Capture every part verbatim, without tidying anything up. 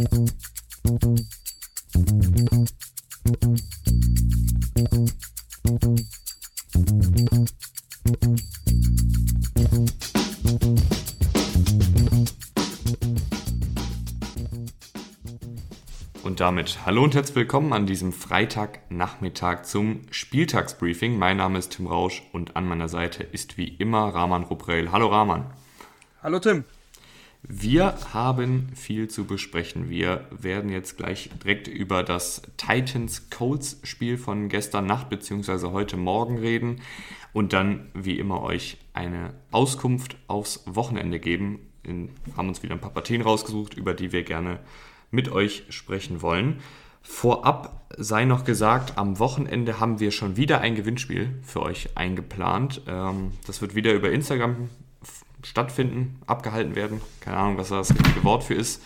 Und damit hallo und herzlich willkommen an diesem Freitagnachmittag zum Spieltagsbriefing. Mein Name ist Tim Rausch und an meiner Seite ist wie immer Rahman Rupreil. Hallo Rahman. Hallo Tim. Wir haben viel zu besprechen. Wir werden jetzt gleich direkt über das Titans-Colts-Spiel von gestern Nacht bzw. heute Morgen reden und dann wie immer euch eine Auskunft aufs Wochenende geben. Wir haben uns wieder ein paar Partien rausgesucht, über die wir gerne mit euch sprechen wollen. Vorab sei noch gesagt, am Wochenende haben wir schon wieder ein Gewinnspiel für euch eingeplant. Das wird wieder über Instagram stattfinden, abgehalten werden. Keine Ahnung, was das richtige Wort für ist.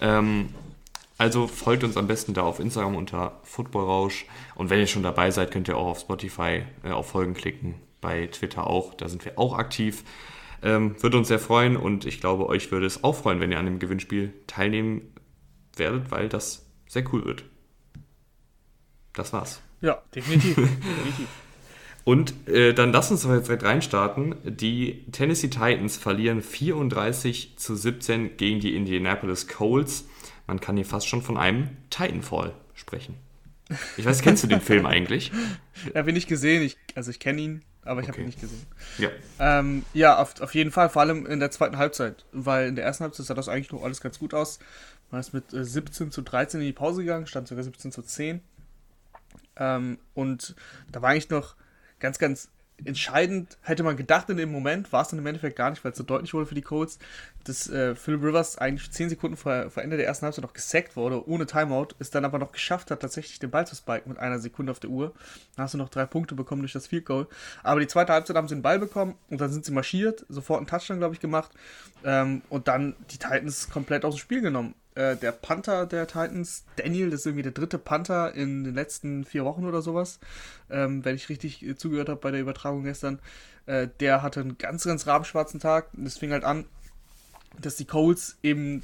Also folgt uns am besten da auf Instagram unter Footballrausch. Und wenn ihr schon dabei seid, könnt ihr auch auf Spotify auf Folgen klicken. Bei Twitter auch, da sind wir auch aktiv. Würde uns sehr freuen und ich glaube, euch würde es auch freuen, wenn ihr an dem Gewinnspiel teilnehmen werdet, weil das sehr cool wird. Das war's. Ja, definitiv. definitiv. Und äh, dann lass uns doch jetzt direkt reinstarten. Die Tennessee Titans verlieren vierunddreißig zu siebzehn gegen die Indianapolis Colts. Man kann hier fast schon von einem Titanfall sprechen. Ich weiß, kennst du den Film eigentlich? Ja, habe ich nicht gesehen. Ich, also ich kenne ihn, aber ich okay. habe ihn nicht gesehen. Ja, ähm, ja auf, auf jeden Fall, vor allem in der zweiten Halbzeit. Weil in der ersten Halbzeit sah das eigentlich noch alles ganz gut aus. Man ist mit äh, siebzehn zu dreizehn in die Pause gegangen, stand sogar siebzehn zu zehn. Ähm, und da war eigentlich noch ganz, ganz entscheidend, hätte man gedacht in dem Moment, war es dann im Endeffekt gar nicht, weil es so deutlich wurde für die Colts, dass äh, Philip Rivers eigentlich zehn Sekunden vor, vor Ende der ersten Halbzeit noch gesackt wurde, ohne Timeout, es dann aber noch geschafft hat, tatsächlich den Ball zu spiken mit einer Sekunde auf der Uhr. Dann hast du noch drei Punkte bekommen durch das Field Goal. Aber die zweite Halbzeit haben sie den Ball bekommen und dann sind sie marschiert, sofort einen Touchdown, glaube ich, gemacht ähm, und dann die Titans komplett aus dem Spiel genommen. Äh, der Panther der Titans, Daniel, das ist irgendwie der dritte Panther in den letzten vier Wochen oder sowas, ähm, wenn ich richtig äh, zugehört habe bei der Übertragung gestern, äh, der hatte einen ganz, ganz rabenschwarzen Tag. Und es fing halt an, dass die Colts eben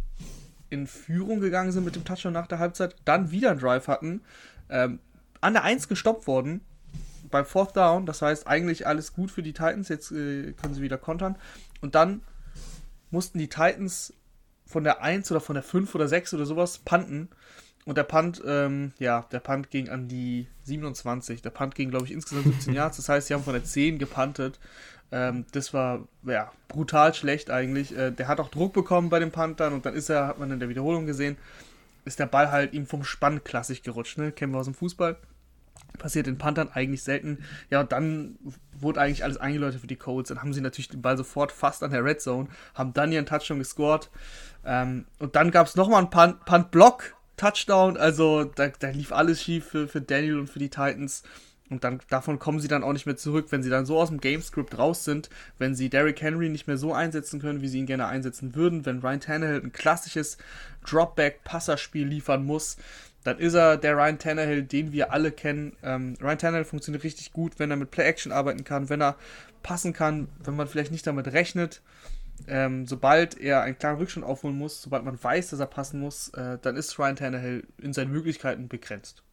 in Führung gegangen sind mit dem Touchdown nach der Halbzeit, dann wieder einen Drive hatten, ähm, an der eins gestoppt worden, beim Fourth Down, das heißt eigentlich alles gut für die Titans, jetzt äh, können sie wieder kontern, und dann mussten die Titans von der eins oder von der fünf oder sechs oder sowas punten. Und der Punt, ähm, ja, der Punt ging an die siebenundzwanzig. Der Punt ging, glaube ich, insgesamt siebzehn Yards. Das heißt, sie haben von der zehn gepuntet. Ähm, das war, ja, brutal schlecht eigentlich. Äh, der hat auch Druck bekommen bei den Punktern und dann ist er, hat man in der Wiederholung gesehen, ist der Ball halt ihm vom Spann klassisch gerutscht, ne? Kennen wir aus dem Fußball. Passiert den Panthern eigentlich selten. Ja, und dann wurde eigentlich alles eingeläutet für die Colts. Dann haben sie natürlich den Ball sofort fast an der Red Zone, haben dann ihren Touchdown gescored. Ähm, und dann gab es nochmal einen Punt, Punt-Block, Touchdown. Also da, da lief alles schief für, für Daniel und für die Titans. Und dann davon kommen sie dann auch nicht mehr zurück, wenn sie dann so aus dem Gamescript raus sind, wenn sie Derrick Henry nicht mehr so einsetzen können, wie sie ihn gerne einsetzen würden, wenn Ryan Tannehill ein klassisches Dropback-Passerspiel liefern muss, dann ist er der Ryan Tannehill, den wir alle kennen. Ähm, Ryan Tannehill funktioniert richtig gut, wenn er mit Play-Action arbeiten kann, wenn er passen kann, wenn man vielleicht nicht damit rechnet. Ähm, sobald er einen klaren Rückstand aufholen muss, sobald man weiß, dass er passen muss, äh, dann ist Ryan Tannehill in seinen Möglichkeiten begrenzt.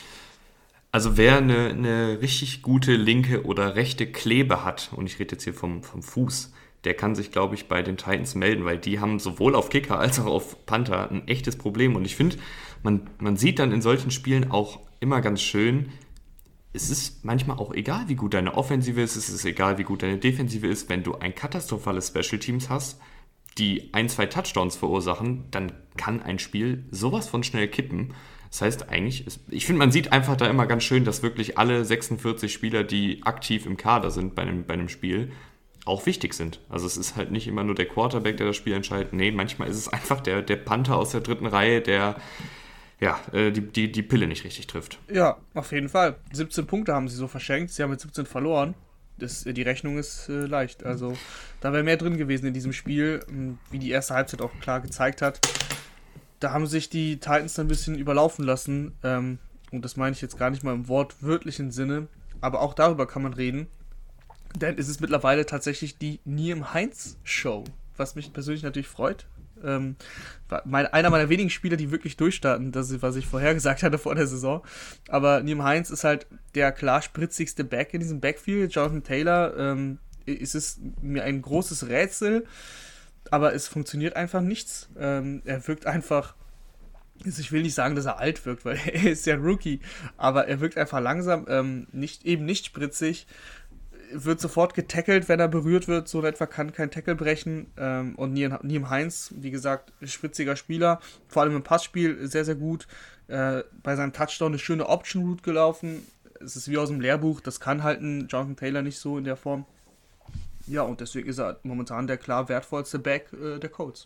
Also wer eine, eine richtig gute linke oder rechte Klebe hat, und ich rede jetzt hier vom, vom Fuß, der kann sich, glaube ich, bei den Titans melden, weil die haben sowohl auf Kicker als auch auf Panther ein echtes Problem. Und ich finde, man, man sieht dann in solchen Spielen auch immer ganz schön, es ist manchmal auch egal, wie gut deine Offensive ist, es ist egal, wie gut deine Defensive ist, wenn du ein katastrophales Special Teams hast, die ein, zwei Touchdowns verursachen, dann kann ein Spiel sowas von schnell kippen. Das heißt eigentlich, ist, ich finde, man sieht einfach da immer ganz schön, dass wirklich alle sechsundvierzig Spieler, die aktiv im Kader sind bei einem, bei einem Spiel, auch wichtig sind. Also es ist halt nicht immer nur der Quarterback, der das Spiel entscheidet. Nee, manchmal ist es einfach der, der Panther aus der dritten Reihe, der ja, die, die, die Pille nicht richtig trifft. Ja, auf jeden Fall. siebzehn Punkte haben sie so verschenkt. Sie haben mit siebzehn verloren. Das, die Rechnung ist äh, leicht. Also da wäre mehr drin gewesen in diesem Spiel, wie die erste Halbzeit auch klar gezeigt hat. Da haben sich die Titans ein bisschen überlaufen lassen. Ähm, und das meine ich jetzt gar nicht mal im wortwörtlichen Sinne. Aber auch darüber kann man reden. Denn es ist mittlerweile tatsächlich die Nyheim Hines Show. Was mich persönlich natürlich freut. Ähm, mein, einer meiner wenigen Spieler, die wirklich durchstarten, das ist, was ich vorher gesagt hatte vor der Saison. Aber Nyheim Hines ist halt der klar spritzigste Back in diesem Backfield. Jonathan Taylor, ähm, es ist mir ein großes Rätsel, aber es funktioniert einfach nichts. Ähm, er wirkt einfach, also ich will nicht sagen, dass er alt wirkt, weil er ist ja ein Rookie, aber er wirkt einfach langsam, ähm, nicht, eben nicht spritzig, wird sofort getackelt, wenn er berührt wird, so in etwa kann kein Tackle brechen. Ähm, und Nyheim Hines, wie gesagt, spritziger Spieler, vor allem im Passspiel sehr, sehr gut. Äh, bei seinem Touchdown eine schöne Option-Route gelaufen. Es ist wie aus dem Lehrbuch, das kann halt ein Jonathan Taylor nicht so in der Form. Ja, und deswegen ist er momentan der klar wertvollste Back äh, der Colts.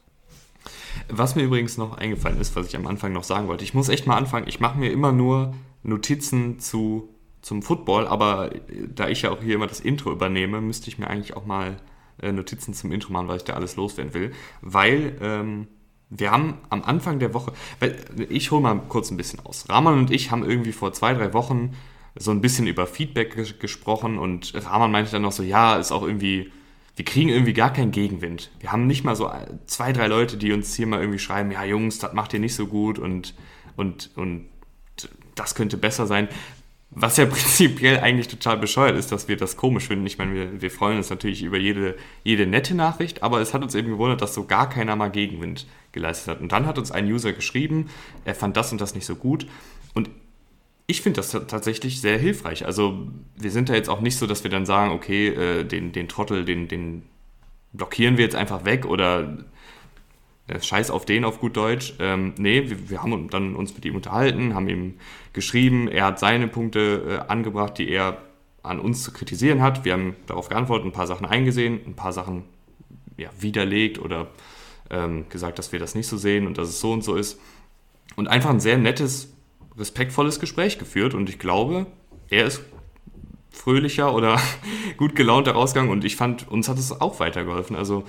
Was mir übrigens noch eingefallen ist, was ich am Anfang noch sagen wollte, ich muss echt mal anfangen, ich mache mir immer nur Notizen zu zum Football, aber da ich ja auch hier immer das Intro übernehme, müsste ich mir eigentlich auch mal äh, Notizen zum Intro machen, weil ich da alles loswerden will. Weil ähm, wir haben am Anfang der Woche, weil, ich hole mal kurz ein bisschen aus. Rahman und ich haben irgendwie vor zwei, drei Wochen so ein bisschen über Feedback ges- gesprochen und Rahman meinte dann noch so, ja, ist auch irgendwie, wir kriegen irgendwie gar keinen Gegenwind. Wir haben nicht mal so zwei, drei Leute, die uns hier mal irgendwie schreiben, ja Jungs, das macht ihr nicht so gut und, und, und das könnte besser sein. Was ja prinzipiell eigentlich total bescheuert ist, dass wir das komisch finden. Ich meine, wir, wir freuen uns natürlich über jede, jede nette Nachricht, aber es hat uns eben gewundert, dass so gar keiner mal Gegenwind geleistet hat. Und dann hat uns ein User geschrieben, er fand das und das nicht so gut. Und ich finde das t- tatsächlich sehr hilfreich. Also wir sind da jetzt auch nicht so, dass wir dann sagen, okay, äh, den, den Trottel, den, den blockieren wir jetzt einfach weg oder der Scheiß auf den auf gut Deutsch. Ähm, nee, wir, wir haben dann uns mit ihm unterhalten, haben ihm geschrieben, er hat seine Punkte äh, angebracht, die er an uns zu kritisieren hat. Wir haben darauf geantwortet, ein paar Sachen eingesehen, ein paar Sachen ja, widerlegt oder ähm, gesagt, dass wir das nicht so sehen und dass es so und so ist. Und einfach ein sehr nettes, respektvolles Gespräch geführt und ich glaube, er ist fröhlicher oder gut gelaunt rausgegangen und ich fand, uns hat es auch weitergeholfen. Also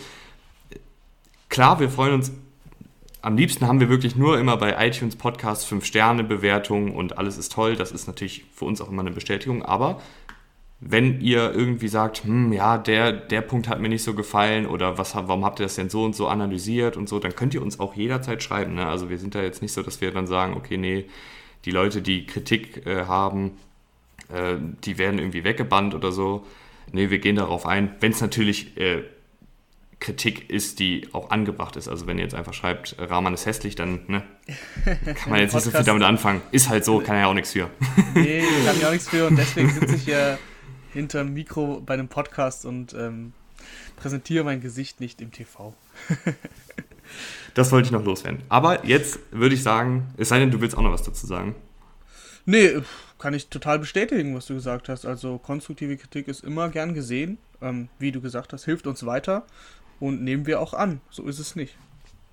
klar, wir freuen uns, am liebsten haben wir wirklich nur immer bei iTunes Podcasts fünf Sterne Bewertungen und alles ist toll, das ist natürlich für uns auch immer eine Bestätigung, aber wenn ihr irgendwie sagt, hm, ja, der, der Punkt hat mir nicht so gefallen oder was, warum habt ihr das denn so und so analysiert und so, dann könnt ihr uns auch jederzeit schreiben. Ne? Also wir sind da jetzt nicht so, dass wir dann sagen, okay, nee, die Leute, die Kritik äh, haben, äh, die werden irgendwie weggebannt oder so. Nee, wir gehen darauf ein, wenn es natürlich äh, Kritik ist, die auch angebracht ist. Also wenn ihr jetzt einfach schreibt, Rahman ist hässlich, dann ne, kann man jetzt nicht so viel damit anfangen. Ist halt so, kann er ja auch nichts für. Nee, kann ich auch nichts für und deswegen sitze ich ja hinterm Mikro bei einem Podcast und ähm, präsentiere mein Gesicht nicht im T V. Das wollte ich noch loswerden. Aber jetzt würde ich sagen, es sei denn, du willst auch noch was dazu sagen. Nee, kann ich total bestätigen, was du gesagt hast. Also konstruktive Kritik ist immer gern gesehen. Ähm, wie du gesagt hast, hilft uns weiter und nehmen wir auch an. So ist es nicht.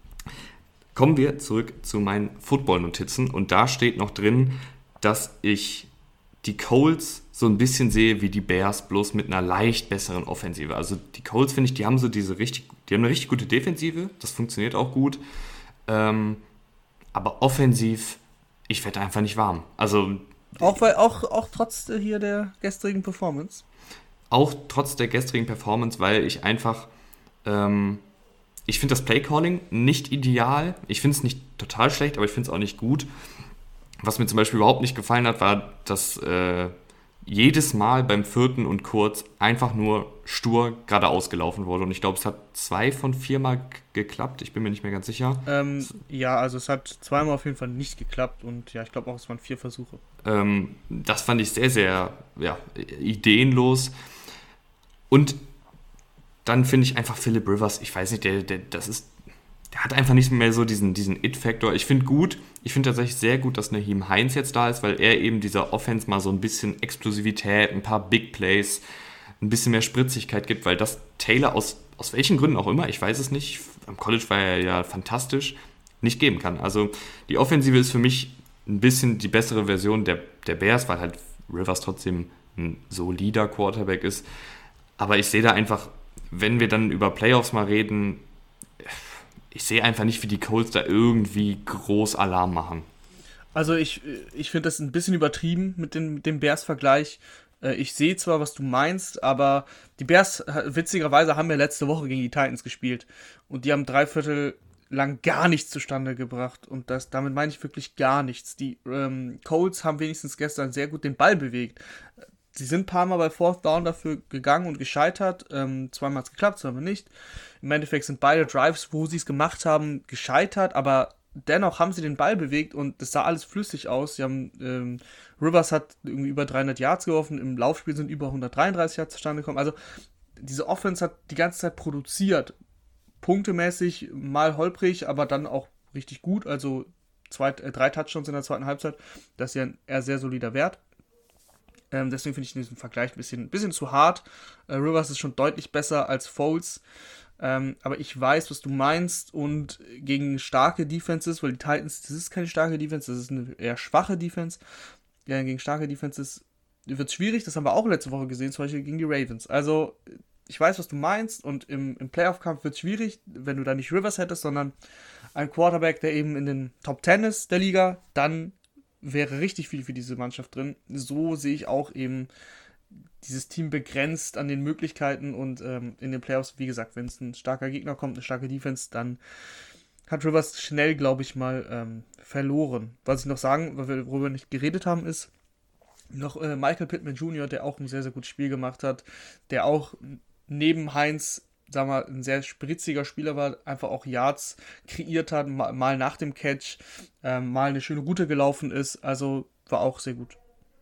Kommen wir zurück zu meinen Football-Notizen und da steht noch drin, dass ich die Colts so ein bisschen sehe wie die Bears, bloß mit einer leicht besseren Offensive. Also die Colts, finde ich, die haben so diese richtig, die haben eine richtig gute Defensive, das funktioniert auch gut. Ähm, aber offensiv, ich werde einfach nicht warm. Also auch, weil, auch, auch trotz hier der gestrigen Performance. Auch trotz der gestrigen Performance, weil ich einfach, ähm, ich finde das Playcalling nicht ideal. Ich finde es nicht total schlecht, aber ich finde es auch nicht gut. Was mir zum Beispiel überhaupt nicht gefallen hat, war, dass äh, jedes Mal beim vierten und kurz einfach nur stur geradeaus gelaufen wurde. Und ich glaube, es hat zwei von vier Mal g- geklappt. Ich bin mir nicht mehr ganz sicher. Ähm, ja, also es hat zweimal auf jeden Fall nicht geklappt. Und ja, ich glaube auch, es waren vier Versuche. Ähm, das fand ich sehr, sehr ja, ideenlos. Und dann finde ich einfach Philip Rivers, ich weiß nicht, der, der, das ist, der hat einfach nicht mehr so diesen, diesen It-Faktor. Ich finde gut, ich finde tatsächlich sehr gut, dass Nyheim Hines jetzt da ist, weil er eben dieser Offense mal so ein bisschen Explosivität, ein paar Big Plays, ein bisschen mehr Spritzigkeit gibt, weil das Taylor aus, aus welchen Gründen auch immer, ich weiß es nicht, am College war er ja fantastisch, nicht geben kann. Also die Offensive ist für mich ein bisschen die bessere Version der, der Bears, weil halt Rivers trotzdem ein solider Quarterback ist. Aber ich sehe da einfach, wenn wir dann über Playoffs mal reden, ich sehe einfach nicht, wie die Colts da irgendwie groß Alarm machen. Also ich, ich finde das ein bisschen übertrieben mit dem, mit dem Bears-Vergleich. Ich sehe zwar, was du meinst, aber die Bears, witzigerweise, haben ja letzte Woche gegen die Titans gespielt. Und die haben drei Viertel lang gar nichts zustande gebracht. Und das, damit meine ich wirklich gar nichts. Die ähm, Colts haben wenigstens gestern sehr gut den Ball bewegt. Sie sind ein paar Mal bei Fourth Down dafür gegangen und gescheitert. Ähm, zweimal hat es geklappt, zweimal nicht. Im Endeffekt sind beide Drives, wo sie es gemacht haben, gescheitert, aber dennoch haben sie den Ball bewegt und das sah alles flüssig aus. Sie haben, ähm, Rivers hat irgendwie über dreihundert Yards geworfen, im Laufspiel sind über hundertdreiunddreißig Yards zustande gekommen. Also diese Offense hat die ganze Zeit produziert. Punktemäßig mal holprig, aber dann auch richtig gut. Also zwei, äh, drei Touchdowns in der zweiten Halbzeit. Das ist ja ein eher sehr solider Wert. Ähm, deswegen finde ich diesen Vergleich ein bisschen, bisschen zu hart. Äh, Rivers ist schon deutlich besser als Foles. Ähm, aber ich weiß, was du meinst. Und gegen starke Defenses, weil die Titans, das ist keine starke Defense, das ist eine eher schwache Defense. Ja, gegen starke Defenses wird es schwierig. Das haben wir auch letzte Woche gesehen, zum Beispiel gegen die Ravens. Also, ich weiß, was du meinst. Und im, im Playoff-Kampf wird es schwierig, wenn du da nicht Rivers hättest, sondern ein Quarterback, der eben in den Top Ten ist der Liga, dann wäre richtig viel für diese Mannschaft drin. So sehe ich auch eben dieses Team begrenzt an den Möglichkeiten und ähm, in den Playoffs, wie gesagt, wenn es ein starker Gegner kommt, eine starke Defense, dann hat Rivers schnell, glaube ich mal, ähm, verloren. Was ich noch sagen, worüber wir nicht geredet haben, ist noch äh, Michael Pittman Junior, der auch ein sehr, sehr gutes Spiel gemacht hat, der auch neben Heinz, sagen wir mal, ein sehr spritziger Spieler war, einfach auch Yards kreiert hat, mal, mal nach dem Catch, ähm, mal eine schöne Route gelaufen ist, also war auch sehr gut.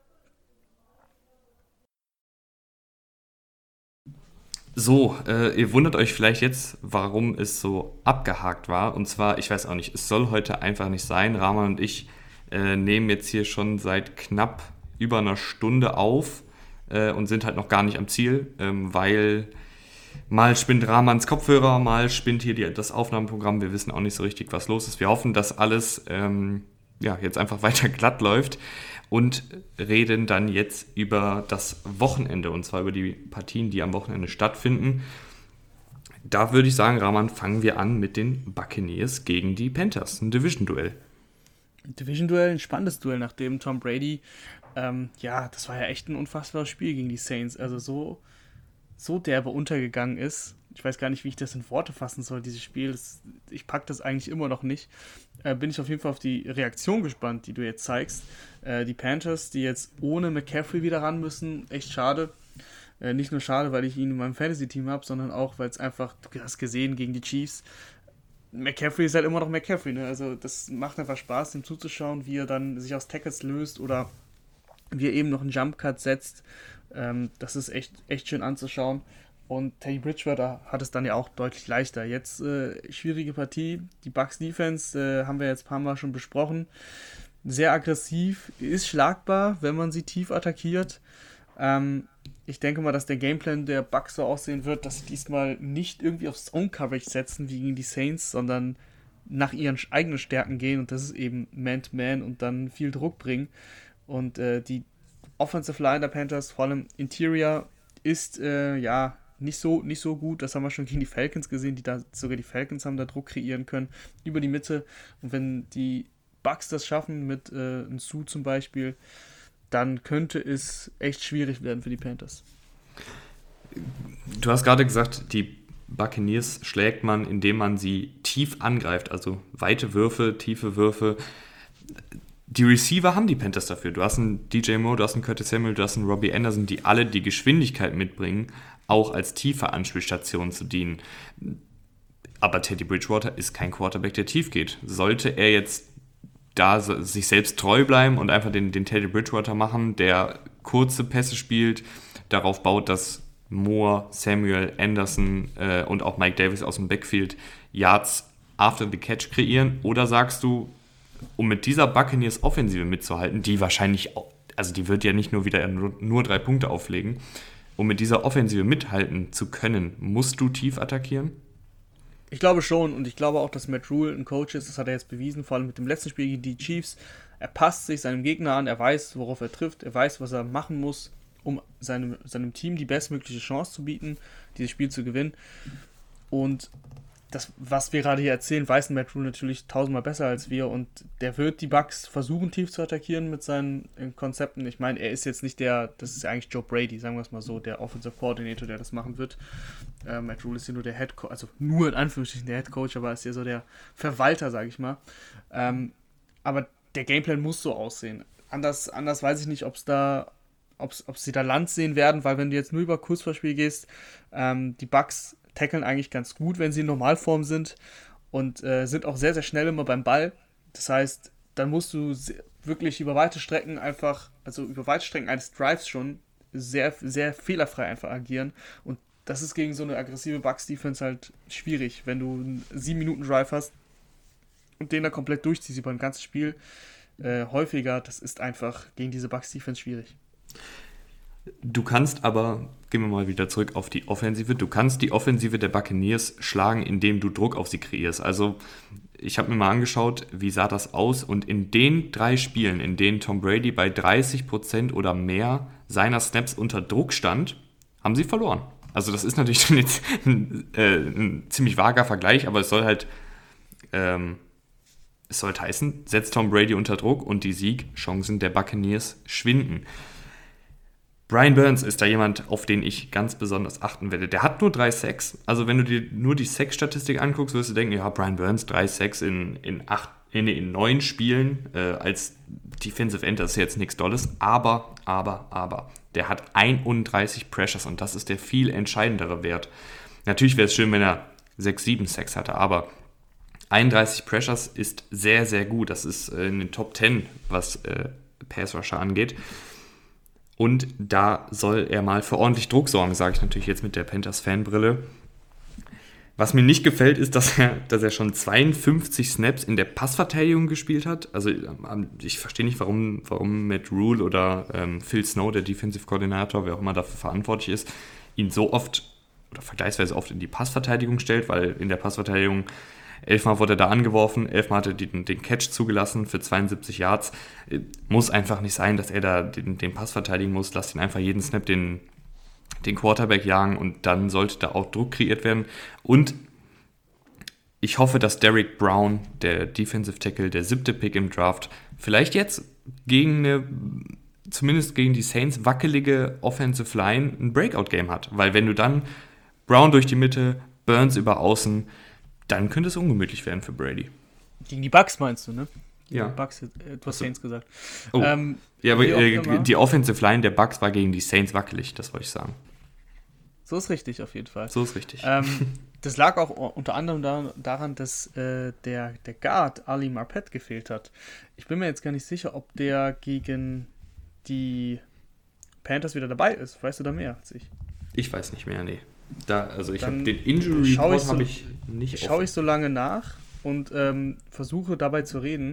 So, äh, ihr wundert euch vielleicht jetzt, warum es so abgehakt war. Und zwar, ich weiß auch nicht, es soll heute einfach nicht sein. Rahman und ich äh, nehmen jetzt hier schon seit knapp über einer Stunde auf äh, und sind halt noch gar nicht am Ziel, ähm, weil mal spinnt Rahmans Kopfhörer, mal spinnt hier die, das Aufnahmeprogramm. Wir wissen auch nicht so richtig, was los ist. Wir hoffen, dass alles ähm, ja, jetzt einfach weiter glatt läuft. Und reden dann jetzt über das Wochenende, und zwar über die Partien, die am Wochenende stattfinden. Da würde ich sagen, Rahman, fangen wir an mit den Buccaneers gegen die Panthers, ein Division-Duell. Ein Division-Duell, ein spannendes Duell, nachdem Tom Brady, ähm, ja, das war ja echt ein unfassbares Spiel gegen die Saints, also so, so derbe untergegangen ist. Ich weiß gar nicht, wie ich das in Worte fassen soll, dieses Spiel. Das, ich packe das eigentlich immer noch nicht. Äh, bin ich auf jeden Fall auf die Reaktion gespannt, die du jetzt zeigst. Äh, die Panthers, die jetzt ohne McCaffrey wieder ran müssen, echt schade. Äh, nicht nur schade, weil ich ihn in meinem Fantasy-Team habe, sondern auch, weil es einfach, du hast gesehen, gegen die Chiefs, McCaffrey ist halt immer noch McCaffrey, ne? Also das macht einfach Spaß, dem zuzuschauen, wie er dann sich aus Tackles löst oder wie er eben noch einen Jump-Cut setzt. Ähm, das ist echt, echt schön anzuschauen. Und Teddy Bridgewater hat es dann ja auch deutlich leichter. Jetzt äh, schwierige Partie. Die Bucks Defense äh, haben wir jetzt ein paar Mal schon besprochen. Sehr aggressiv, ist schlagbar, wenn man sie tief attackiert. Ähm, ich denke mal, dass der Gameplan der Bucks so aussehen wird, dass sie diesmal nicht irgendwie auf Zone-Coverage setzen wie gegen die Saints, sondern nach ihren eigenen Stärken gehen. Und das ist eben Man-to-Man und dann viel Druck bringen. Und äh, die Offensive Line der Panthers, vor allem Interior, ist äh, ja nicht so, nicht so gut. Das haben wir schon gegen die Falcons gesehen, die da sogar die Falcons haben da Druck kreieren können über die Mitte. Und wenn die Bucks das schaffen mit äh, Nsu zum Beispiel, dann könnte es echt schwierig werden für die Panthers. Du hast gerade gesagt, die Buccaneers schlägt man, indem man sie tief angreift, also weite Würfe, tiefe Würfe. Die Receiver haben die Panthers dafür. Du hast einen D J Moore, du hast einen Curtis Samuel, du hast einen Robbie Anderson, die alle die Geschwindigkeit mitbringen, auch als tiefe Anspielstation zu dienen. Aber Teddy Bridgewater ist kein Quarterback, der tief geht. Sollte er jetzt da sich selbst treu bleiben und einfach den, den Teddy Bridgewater machen, der kurze Pässe spielt, darauf baut, dass Moore, Samuel, Anderson äh, und auch Mike Davis aus dem Backfield Yards after the catch kreieren? Oder sagst du, um mit dieser Buccaneers Offensive mitzuhalten, die wahrscheinlich, also die wird ja nicht nur wieder nur, nur drei Punkte auflegen, um mit dieser Offensive mithalten zu können, musst du tief attackieren? Ich glaube schon und ich glaube auch, dass Matt Rule ein Coach ist, das hat er jetzt bewiesen, vor allem mit dem letzten Spiel gegen die Chiefs. Er passt sich seinem Gegner an, er weiß, worauf er trifft, er weiß, was er machen muss, um seinem, seinem Team die bestmögliche Chance zu bieten, dieses Spiel zu gewinnen. Und das, was wir gerade hier erzählen, weiß Matt Rule natürlich tausendmal besser als wir und der wird die Bucks versuchen, tief zu attackieren mit seinen Konzepten. Ich meine, er ist jetzt nicht der, das ist ja eigentlich Joe Brady, sagen wir es mal so, der Offensive Coordinator, der das machen wird. Äh, Matt Rule ist ja nur der Head Coach, also nur in Anführungsstrichen der Head Coach, aber ist ja so der Verwalter, sage ich mal. Ähm, aber der Gameplan muss so aussehen. Anders, anders weiß ich nicht, ob es da, ob sie da Land sehen werden, weil wenn du jetzt nur über Kurzverspiel gehst, ähm, die Bucks tackeln eigentlich ganz gut, wenn sie in Normalform sind und äh, sind auch sehr, sehr schnell immer beim Ball. Das heißt, dann musst du wirklich über weite Strecken einfach, also über weite Strecken eines Drives schon sehr, sehr fehlerfrei einfach agieren und das ist gegen so eine aggressive Bucks-Defense halt schwierig, wenn du einen sieben Minuten Drive hast und den da komplett durchziehst über ein ganzes Spiel äh, häufiger, das ist einfach gegen diese Bucks-Defense schwierig. Du kannst aber, gehen wir mal wieder zurück auf die Offensive, du kannst die Offensive der Buccaneers schlagen, indem du Druck auf sie kreierst. Also ich habe mir mal angeschaut, wie sah das aus und in den drei Spielen, in denen Tom Brady bei dreißig Prozent oder mehr seiner Snaps unter Druck stand, haben sie verloren. Also das ist natürlich schon jetzt ein, äh, ein ziemlich vager Vergleich, aber es soll halt ähm, es soll heißen, setzt Tom Brady unter Druck und die Siegchancen der Buccaneers schwinden. Brian Burns ist da jemand, auf den ich ganz besonders achten werde. Der hat nur drei Sacks. Also wenn du dir nur die Sack-Statistik anguckst, wirst du denken, ja, Brian Burns, drei Sacks in, in, acht, in, in neun Spielen äh, als Defensive End, das ist jetzt nichts Dolles. Aber, aber, aber, der hat einunddreißig Pressures und das ist der viel entscheidendere Wert. Natürlich wäre es schön, wenn er sechs, sieben Sacks hatte, aber einunddreißig Pressures ist sehr, sehr gut. Das ist äh, in den Top zehn, was äh, Pass-Rusher angeht. Und da soll er mal für ordentlich Druck sorgen, sage ich natürlich jetzt mit der Panthers-Fanbrille. Was mir nicht gefällt, ist, dass er, dass er schon zweiundfünfzig Snaps in der Passverteidigung gespielt hat. Also ich verstehe nicht, warum, warum Matt Rule oder ähm, Phil Snow, der Defensive Coordinator, wer auch immer dafür verantwortlich ist, ihn so oft oder vergleichsweise oft in die Passverteidigung stellt, weil in der Passverteidigung elfmal wurde er da angeworfen, elfmal hat er den, den Catch zugelassen für zweiundsiebzig Yards. Muss einfach nicht sein, dass er da den, den Pass verteidigen muss. Lass ihn einfach jeden Snap den, den Quarterback jagen und dann sollte da auch Druck kreiert werden. Und ich hoffe, dass Derrick Brown, der Defensive Tackle, der siebte Pick im Draft, vielleicht jetzt gegen eine, zumindest gegen die Saints, wackelige Offensive Line ein Breakout-Game hat. Weil wenn du dann Brown durch die Mitte, Burns über außen, dann könnte es ungemütlich werden für Brady. Gegen die Bucks meinst du, ne? Gegen ja. Die Bucks, du hast Saints gesagt. Oh. Ähm, ja, aber äh, die Offensive Line der Bucks war gegen die Saints wackelig, das wollte ich sagen. So ist richtig, auf jeden Fall. So ist richtig. Ähm, das lag auch unter anderem da, daran, dass äh, der, der Guard Ali Marpet gefehlt hat. Ich bin mir jetzt gar nicht sicher, ob der gegen die Panthers wieder dabei ist. Weißt du da mehr als ich? Ich weiß nicht mehr, nee. Da, also ich habe den Injury Report so, habe ich nicht Schaue ich so lange nach und ähm, versuche dabei zu reden.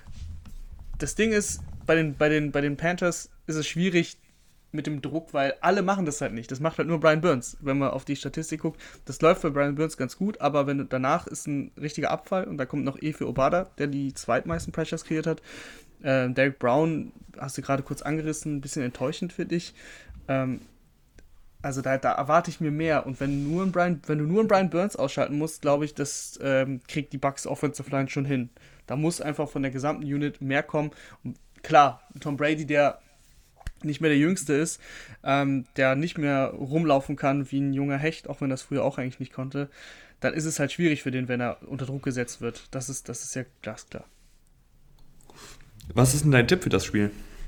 Das Ding ist, bei den, bei, den, bei den Panthers ist es schwierig mit dem Druck, weil alle machen das halt nicht. Das macht halt nur Brian Burns, wenn man auf die Statistik guckt. Das läuft für Brian Burns ganz gut, aber wenn danach ist ein richtiger Abfall und da kommt noch Efe Obada, der die zweitmeisten Pressures kreiert hat. Äh, Derrick Brown, hast du gerade kurz angerissen, ein bisschen enttäuschend für dich. Ähm, Also da, da erwarte ich mir mehr. Und wenn, nur ein Brian, wenn du nur einen Brian Burns ausschalten musst, glaube ich, das ähm, kriegt die Bucks Offensive Line schon hin. Da muss einfach von der gesamten Unit mehr kommen. Und klar, Tom Brady, der nicht mehr der Jüngste ist, ähm, der nicht mehr rumlaufen kann wie ein junger Hecht, auch wenn das früher auch eigentlich nicht konnte, dann ist es halt schwierig für den, wenn er unter Druck gesetzt wird. Das ist, das ist ja glasklar. Was ist denn dein Tipp für das Spiel?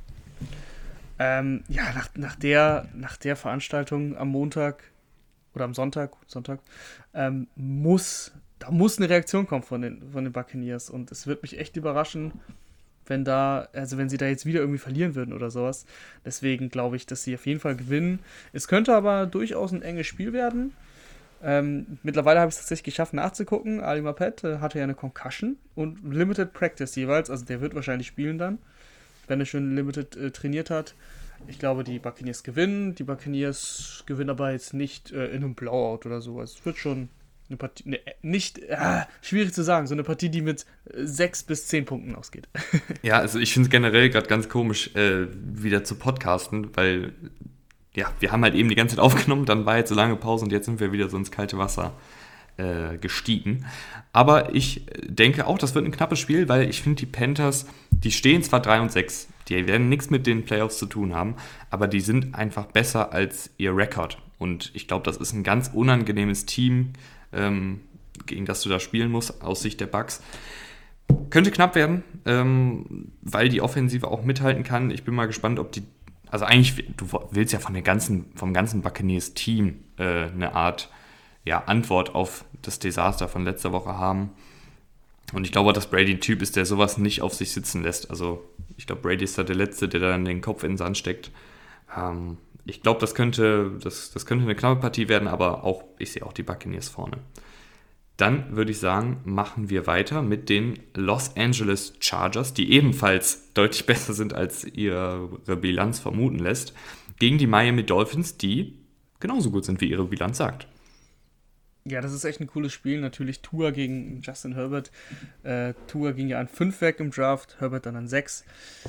Ähm, ja, nach, nach, der, nach der Veranstaltung am Montag oder am Sonntag, Sonntag, ähm, muss, da muss eine Reaktion kommen von den, von den Buccaneers und es wird mich echt überraschen, wenn da, also wenn sie da jetzt wieder irgendwie verlieren würden oder sowas. Deswegen glaube ich, dass sie auf jeden Fall gewinnen. Es könnte aber durchaus ein enges Spiel werden. Ähm, mittlerweile habe ich es tatsächlich geschafft nachzugucken. Ali Marpet äh, hatte ja eine Concussion und Limited Practice jeweils, also der wird wahrscheinlich spielen dann, wenn er schon Limited äh, trainiert hat. Ich glaube, die Buccaneers gewinnen. Die Buccaneers gewinnen aber jetzt nicht äh, in einem Blowout oder so. Also es wird schon eine Partie, ne, nicht, äh, schwierig zu sagen, so eine Partie, die mit äh, sechs bis zehn Punkten ausgeht. Ja, also ich finde es generell gerade ganz komisch, äh, wieder zu podcasten, weil ja, wir haben halt eben die ganze Zeit aufgenommen, dann war jetzt so lange Pause und jetzt sind wir wieder so ins kalte Wasser äh, gestiegen. Aber ich denke auch, das wird ein knappes Spiel, weil ich finde, die Panthers, die stehen zwar drei und sechs, die werden nichts mit den Playoffs zu tun haben, aber die sind einfach besser als ihr Rekord. Und ich glaube, das ist ein ganz unangenehmes Team, ähm, gegen das du da spielen musst, aus Sicht der Bucks. Könnte knapp werden, ähm, weil die Offensive auch mithalten kann. Ich bin mal gespannt, ob die, also eigentlich, du willst ja von der ganzen, vom ganzen Buccaneers-Team äh, eine Art ja, Antwort auf das Desaster von letzter Woche haben. Und ich glaube, dass Brady ein Typ ist, der sowas nicht auf sich sitzen lässt. Also ich glaube, Brady ist da der Letzte, der dann den Kopf in den Sand steckt. Ähm, ich glaube, das könnte, das, das könnte eine knappe Partie werden, aber auch, ich sehe auch die Buccaneers vorne. Dann würde ich sagen, machen wir weiter mit den Los Angeles Chargers, die ebenfalls deutlich besser sind, als ihre Bilanz vermuten lässt, gegen die Miami Dolphins, die genauso gut sind, wie ihre Bilanz sagt. Ja, das ist echt ein cooles Spiel. Natürlich Tua gegen Justin Herbert. Äh, Tua ging ja an fünf weg im Draft, Herbert dann an sechs.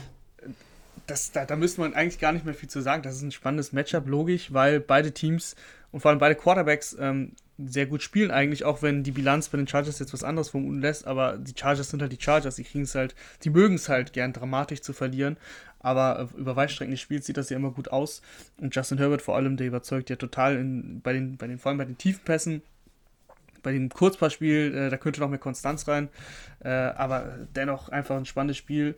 Das, da, da müsste man eigentlich gar nicht mehr viel zu sagen. Das ist ein spannendes Matchup, logisch, weil beide Teams und vor allem beide Quarterbacks ähm, sehr gut spielen eigentlich, auch wenn die Bilanz bei den Chargers jetzt was anderes vermuten lässt, aber die Chargers sind halt die Chargers, die kriegen es halt, die mögen es halt gern dramatisch zu verlieren, aber über Weitstrecken des Spiels sieht das ja immer gut aus und Justin Herbert vor allem, der überzeugt ja total in, bei den, bei den, vor allem bei den Tiefenpässen, bei dem Kurzpassspiel, äh, da könnte noch mehr Konstanz rein, äh, aber dennoch einfach ein spannendes Spiel.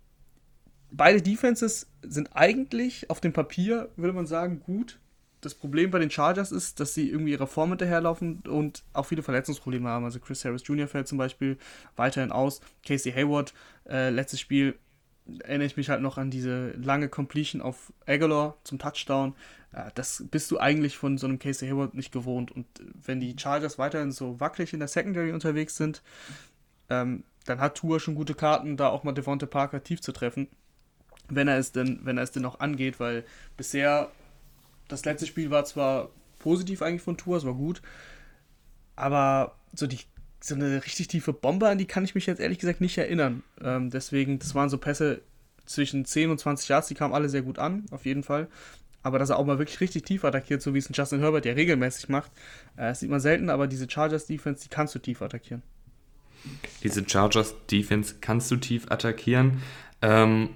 Beide Defenses sind eigentlich auf dem Papier, würde man sagen, gut. Das Problem bei den Chargers ist, dass sie irgendwie ihrer Form hinterherlaufen und auch viele Verletzungsprobleme haben. Also Chris Harris Junior fällt zum Beispiel weiterhin aus. Casey Hayward, äh, letztes Spiel, erinnere ich mich halt noch an diese lange Completion auf Aguilar zum Touchdown. Äh, das bist du eigentlich von so einem Casey Hayward nicht gewohnt. Und wenn die Chargers weiterhin so wackelig in der Secondary unterwegs sind, ähm, dann hat Tua schon gute Karten, da auch mal Devonta Parker tief zu treffen. Wenn er es denn, wenn er es denn noch angeht, weil bisher das letzte Spiel war zwar positiv eigentlich von Tua, es war gut, aber so, die, so eine richtig tiefe Bombe, an die kann ich mich jetzt ehrlich gesagt nicht erinnern. Ähm, deswegen, das waren so Pässe zwischen zehn und zwanzig Yards, die kamen alle sehr gut an, auf jeden Fall. Aber dass er auch mal wirklich richtig tief attackiert, so wie es ein Justin Herbert ja regelmäßig macht, äh, das sieht man selten, aber diese Chargers-Defense, die kannst du tief attackieren. Diese Chargers-Defense kannst du tief attackieren. Ähm,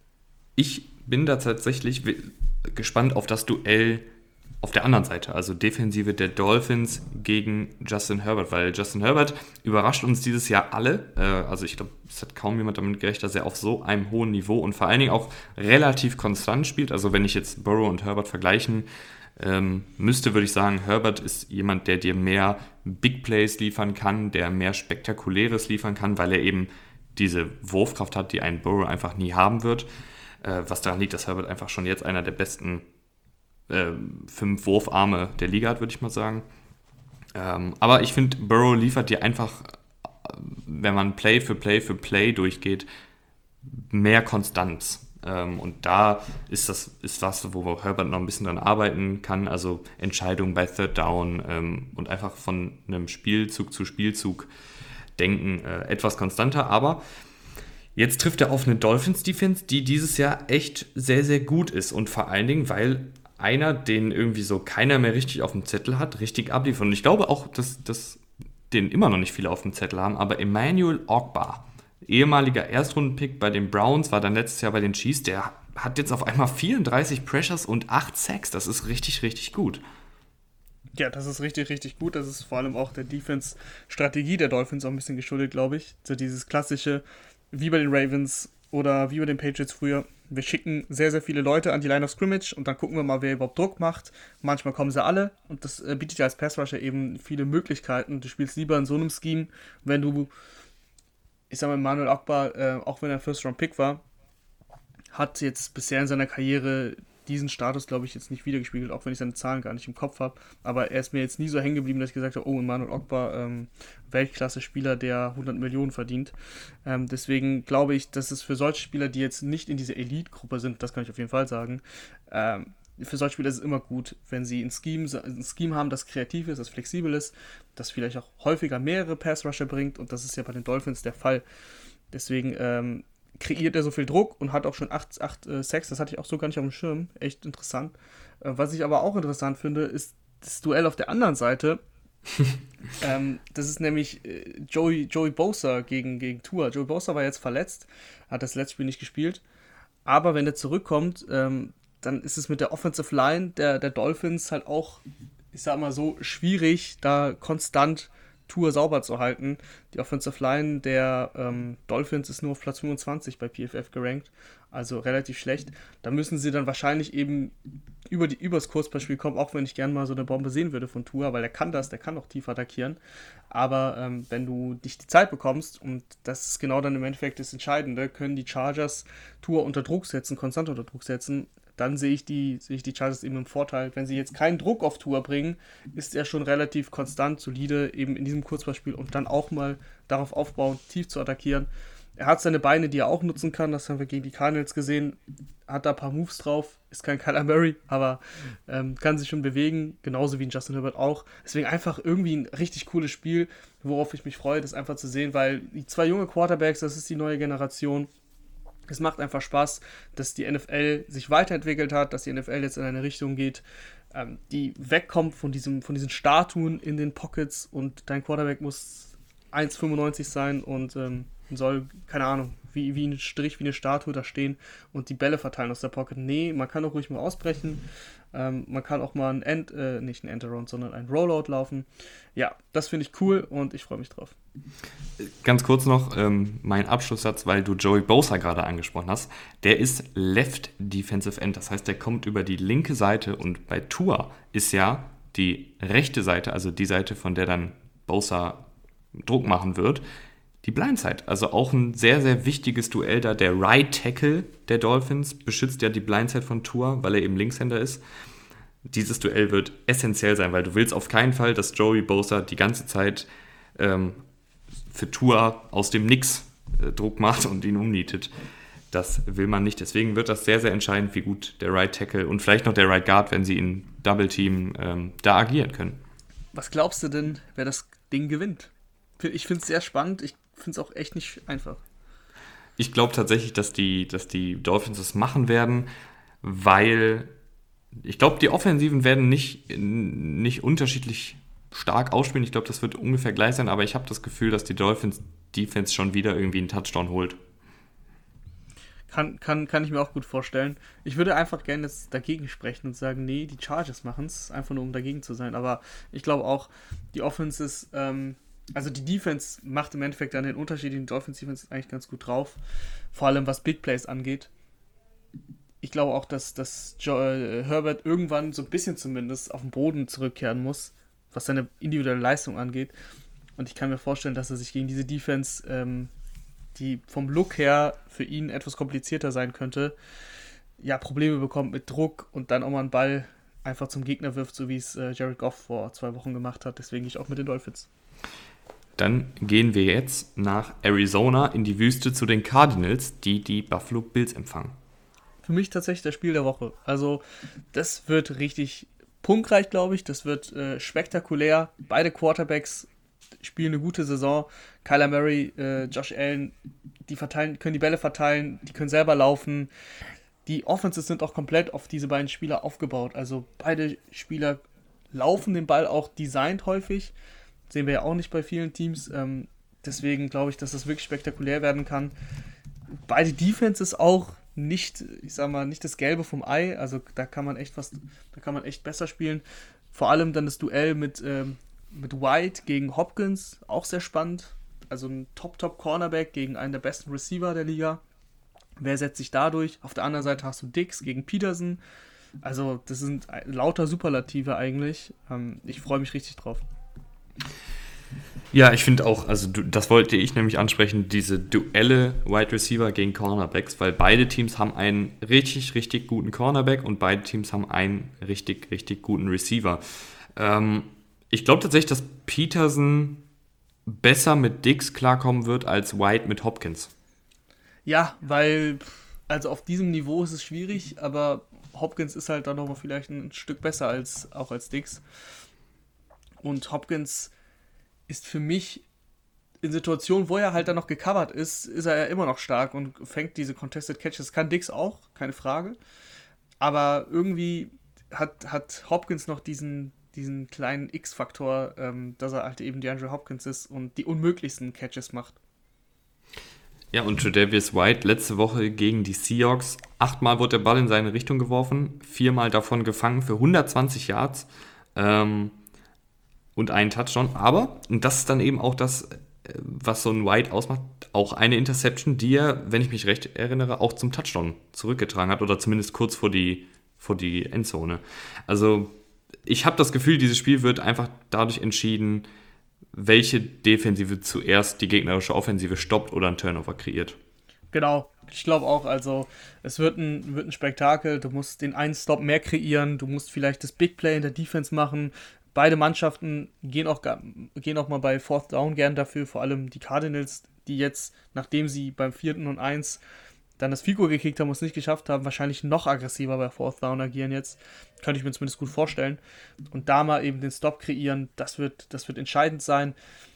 ich bin da tatsächlich gespannt auf das Duell auf der anderen Seite, also Defensive der Dolphins gegen Justin Herbert, weil Justin Herbert überrascht uns dieses Jahr alle. Äh, also ich glaube, es hat kaum jemand damit gerechnet, dass er auf so einem hohen Niveau und vor allen Dingen auch relativ konstant spielt. Also wenn ich jetzt Burrow und Herbert vergleichen ähm, müsste, würde ich sagen, Herbert ist jemand, der dir mehr Big Plays liefern kann, der mehr Spektakuläres liefern kann, weil er eben diese Wurfkraft hat, die ein Burrow einfach nie haben wird. Äh, was daran liegt, dass Herbert einfach schon jetzt einer der besten äh, fünf Wurfarme der Liga hat, würde ich mal sagen. Ähm, aber ich finde, Burrow liefert dir einfach, wenn man Play für Play für Play durchgeht, mehr Konstanz. Ähm, und da ist das ist was, wo Herbert noch ein bisschen dran arbeiten kann. Also Entscheidungen bei Third Down ähm, und einfach von einem Spielzug zu Spielzug denken äh, etwas konstanter. Aber jetzt trifft er auf eine Dolphins-Defense, die dieses Jahr echt sehr, sehr gut ist. Und vor allen Dingen, weil einer, den irgendwie so keiner mehr richtig auf dem Zettel hat, richtig abliefert. Und ich glaube auch, dass, dass den immer noch nicht viele auf dem Zettel haben. Aber Emmanuel Ogbah, ehemaliger Erstrundenpick bei den Browns, war dann letztes Jahr bei den Chiefs, der hat jetzt auf einmal vierunddreißig Pressures und acht Sacks. Das ist richtig, richtig gut. Ja, das ist richtig, richtig gut. Das ist vor allem auch der Defense-Strategie der Dolphins auch ein bisschen geschuldet, glaube ich. So dieses klassische, wie bei den Ravens oder wie bei den Patriots früher. Wir schicken sehr, sehr viele Leute an die Line of Scrimmage und dann gucken wir mal, wer überhaupt Druck macht. Manchmal kommen sie alle und das äh, bietet dir als Pass-Rusher eben viele Möglichkeiten. Du spielst lieber in so einem Scheme, wenn du, ich sag mal, Emmanuel Ogbah, äh, auch wenn er First-Round-Pick war, hat jetzt bisher in seiner Karriere diesen Status, glaube ich, jetzt nicht wiedergespiegelt, auch wenn ich seine Zahlen gar nicht im Kopf habe. Aber er ist mir jetzt nie so hängen geblieben, dass ich gesagt habe, oh, Emmanuel Ogbah, ähm, Weltklasse-Spieler, der hundert Millionen verdient. Ähm, deswegen glaube ich, dass es für solche Spieler, die jetzt nicht in dieser Elite-Gruppe sind, das kann ich auf jeden Fall sagen, ähm, für solche Spieler ist es immer gut, wenn sie ein Scheme, ein Scheme haben, das kreativ ist, das flexibel ist, das vielleicht auch häufiger mehrere Pass-Rusher bringt und das ist ja bei den Dolphins der Fall. Deswegen, ähm, kreiert er so viel Druck und hat auch schon acht, acht äh, Sacks, das hatte ich auch so gar nicht auf dem Schirm, echt interessant. Äh, was ich aber auch interessant finde, ist das Duell auf der anderen Seite, ähm, das ist nämlich äh, Joey, Joey Bosa gegen, gegen Tua. Joey Bosa war jetzt verletzt, hat das letzte Spiel nicht gespielt. Aber wenn er zurückkommt, ähm, dann ist es mit der Offensive Line der, der Dolphins halt auch, ich sag mal so, schwierig, da konstant Tour sauber zu halten. Die Offensive Line der ähm, Dolphins ist nur auf Platz fünfundzwanzig bei P F F gerankt, also relativ schlecht. Da müssen sie dann wahrscheinlich eben über die, übers Kurzballspiel kommen, auch wenn ich gerne mal so eine Bombe sehen würde von Tua, weil der kann das, der kann auch tief attackieren. Aber ähm, wenn du dich die Zeit bekommst, und das ist genau dann im Endeffekt das Entscheidende, können die Chargers Tua unter Druck setzen, konstant unter Druck setzen, dann sehe ich die, sehe ich die Chargers eben im Vorteil. Wenn sie jetzt keinen Druck auf Tour bringen, ist er schon relativ konstant, solide, eben in diesem Kurzballspiel und dann auch mal darauf aufbauen, tief zu attackieren. Er hat seine Beine, die er auch nutzen kann, das haben wir gegen die Cardinals gesehen, hat da ein paar Moves drauf, ist kein Kyler Murray, aber ähm, kann sich schon bewegen, genauso wie ein Justin Herbert auch. Deswegen einfach irgendwie ein richtig cooles Spiel, worauf ich mich freue, das einfach zu sehen, weil die zwei junge Quarterbacks, das ist die neue Generation. Es macht einfach Spaß, dass die N F L sich weiterentwickelt hat, dass die N F L jetzt in eine Richtung geht, ähm, die wegkommt von, diesem, von diesen Statuen in den Pockets, und dein Quarterback muss eins Komma fünfundneunzig sein und ähm, soll, keine Ahnung, wie, wie ein Strich, wie eine Statue da stehen und die Bälle verteilen aus der Pocket. Nee, man kann auch ruhig mal ausbrechen. Ähm, man kann auch mal ein End, äh, nicht ein End-Around, sondern ein Rollout laufen. Ja, das finde ich cool und ich freue mich drauf. Ganz kurz noch ähm, mein Abschlusssatz, weil du Joey Bosa gerade angesprochen hast. Der ist Left Defensive End, das heißt, der kommt über die linke Seite, und bei Tua ist ja die rechte Seite, also die Seite, von der dann Bosa Druck machen wird, die Blindside. Also auch ein sehr, sehr wichtiges Duell da. Der Right Tackle der Dolphins beschützt ja die Blindside von Tua, weil er eben Linkshänder ist. Dieses Duell wird essentiell sein, weil du willst auf keinen Fall, dass Joey Bosa die ganze Zeit ähm, für Tua aus dem Nix äh, Druck macht und ihn umnietet. Das will man nicht. Deswegen wird das sehr, sehr entscheidend, wie gut der Right Tackle und vielleicht noch der Right Guard, wenn sie ihn Double Team ähm, da agieren können. Was glaubst du denn, wer das Ding gewinnt? Ich finde es sehr spannend. Ich finde es auch echt nicht einfach. Ich glaube tatsächlich, dass die, dass die Dolphins es machen werden, weil ich glaube, die Offensiven werden nicht, nicht unterschiedlich stark ausspielen. Ich glaube, das wird ungefähr gleich sein, aber ich habe das Gefühl, dass die Dolphins Defense schon wieder irgendwie einen Touchdown holt. Kann, kann, kann ich mir auch gut vorstellen. Ich würde einfach gerne jetzt dagegen sprechen und sagen, nee, die Chargers machen es, einfach nur um dagegen zu sein. Aber ich glaube auch, die Offense ist, ähm, also die Defense macht im Endeffekt dann den Unterschied. Die Dolphins-Defense ist eigentlich ganz gut drauf. Vor allem was Big Plays angeht. Ich glaube auch, dass, dass jo- äh, Herbert irgendwann so ein bisschen zumindest auf den Boden zurückkehren muss, was seine individuelle Leistung angeht. Und ich kann mir vorstellen, dass er sich gegen diese Defense, ähm, die vom Look her für ihn etwas komplizierter sein könnte, ja, Probleme bekommt mit Druck und dann auch mal einen Ball einfach zum Gegner wirft, so wie es äh, Jared Goff vor zwei Wochen gemacht hat. Deswegen gehe ich auch mit den Dolphins. Dann gehen wir jetzt nach Arizona in die Wüste zu den Cardinals, die die Buffalo Bills empfangen. Für mich tatsächlich das Spiel der Woche. Also das wird richtig punktreich, glaube ich. Das wird äh, spektakulär. Beide Quarterbacks spielen eine gute Saison. Kyler Murray, äh, Josh Allen, die verteilen, können die Bälle verteilen, die können selber laufen. Die Offenses sind auch komplett auf diese beiden Spieler aufgebaut. Also beide Spieler laufen den Ball auch designt häufig. Sehen wir ja auch nicht bei vielen Teams. Ähm, deswegen glaube ich, dass das wirklich spektakulär werden kann. Beide Defenses auch nicht, ich sag mal, nicht das Gelbe vom Ei. Also da kann man echt was, da kann man echt besser spielen. Vor allem dann das Duell mit, ähm, mit White gegen Hopkins, auch sehr spannend. Also ein Top-Top-Cornerback gegen einen der besten Receiver der Liga. Wer setzt sich da durch? Auf der anderen Seite hast du Dix gegen Peterson. Also das sind lauter Superlative eigentlich. Ähm, ich freue mich richtig drauf. Ja, ich finde auch, also du, das wollte ich nämlich ansprechen, diese Duelle Wide Receiver gegen Cornerbacks, weil beide Teams haben einen richtig, richtig guten Cornerback und beide Teams haben einen richtig, richtig guten Receiver. Ähm, ich glaube tatsächlich, dass Peterson besser mit Dix klarkommen wird als White mit Hopkins. Ja, weil, also auf diesem Niveau ist es schwierig, aber Hopkins ist halt dann nochmal vielleicht ein Stück besser als auch als Dix. Und Hopkins ist für mich in Situationen, wo er halt dann noch gecovert ist, ist er ja immer noch stark und fängt diese Contested Catches. Kann Dix auch, keine Frage. Aber irgendwie hat, hat Hopkins noch diesen, diesen kleinen X-Faktor, ähm, dass er halt eben DeAndre Hopkins ist und die unmöglichsten Catches macht. Ja, und Tre'Davious White letzte Woche gegen die Seahawks. Achtmal wurde der Ball in seine Richtung geworfen, viermal davon gefangen für hundertzwanzig Yards ähm, und einen Touchdown. Aber, und das ist dann eben auch das, was so ein White ausmacht, auch eine Interception, die er, wenn ich mich recht erinnere, auch zum Touchdown zurückgetragen hat oder zumindest kurz vor die, vor die Endzone. Also ich habe das Gefühl, dieses Spiel wird einfach dadurch entschieden, welche Defensive zuerst die gegnerische Offensive stoppt oder einen Turnover kreiert. Genau, ich glaube auch, also es wird ein, wird ein Spektakel, du musst den einen Stop mehr kreieren, du musst vielleicht das Big Play in der Defense machen. Beide Mannschaften gehen auch, gehen auch mal bei Fourth Down gern dafür, vor allem die Cardinals, die jetzt, nachdem sie beim vierten und eins dann das Field Goal gekickt haben und es nicht geschafft haben, wahrscheinlich noch aggressiver bei Fourth Down agieren jetzt. Könnte ich mir zumindest gut vorstellen. Und da mal eben den Stop kreieren, das wird, das wird entscheidend sein.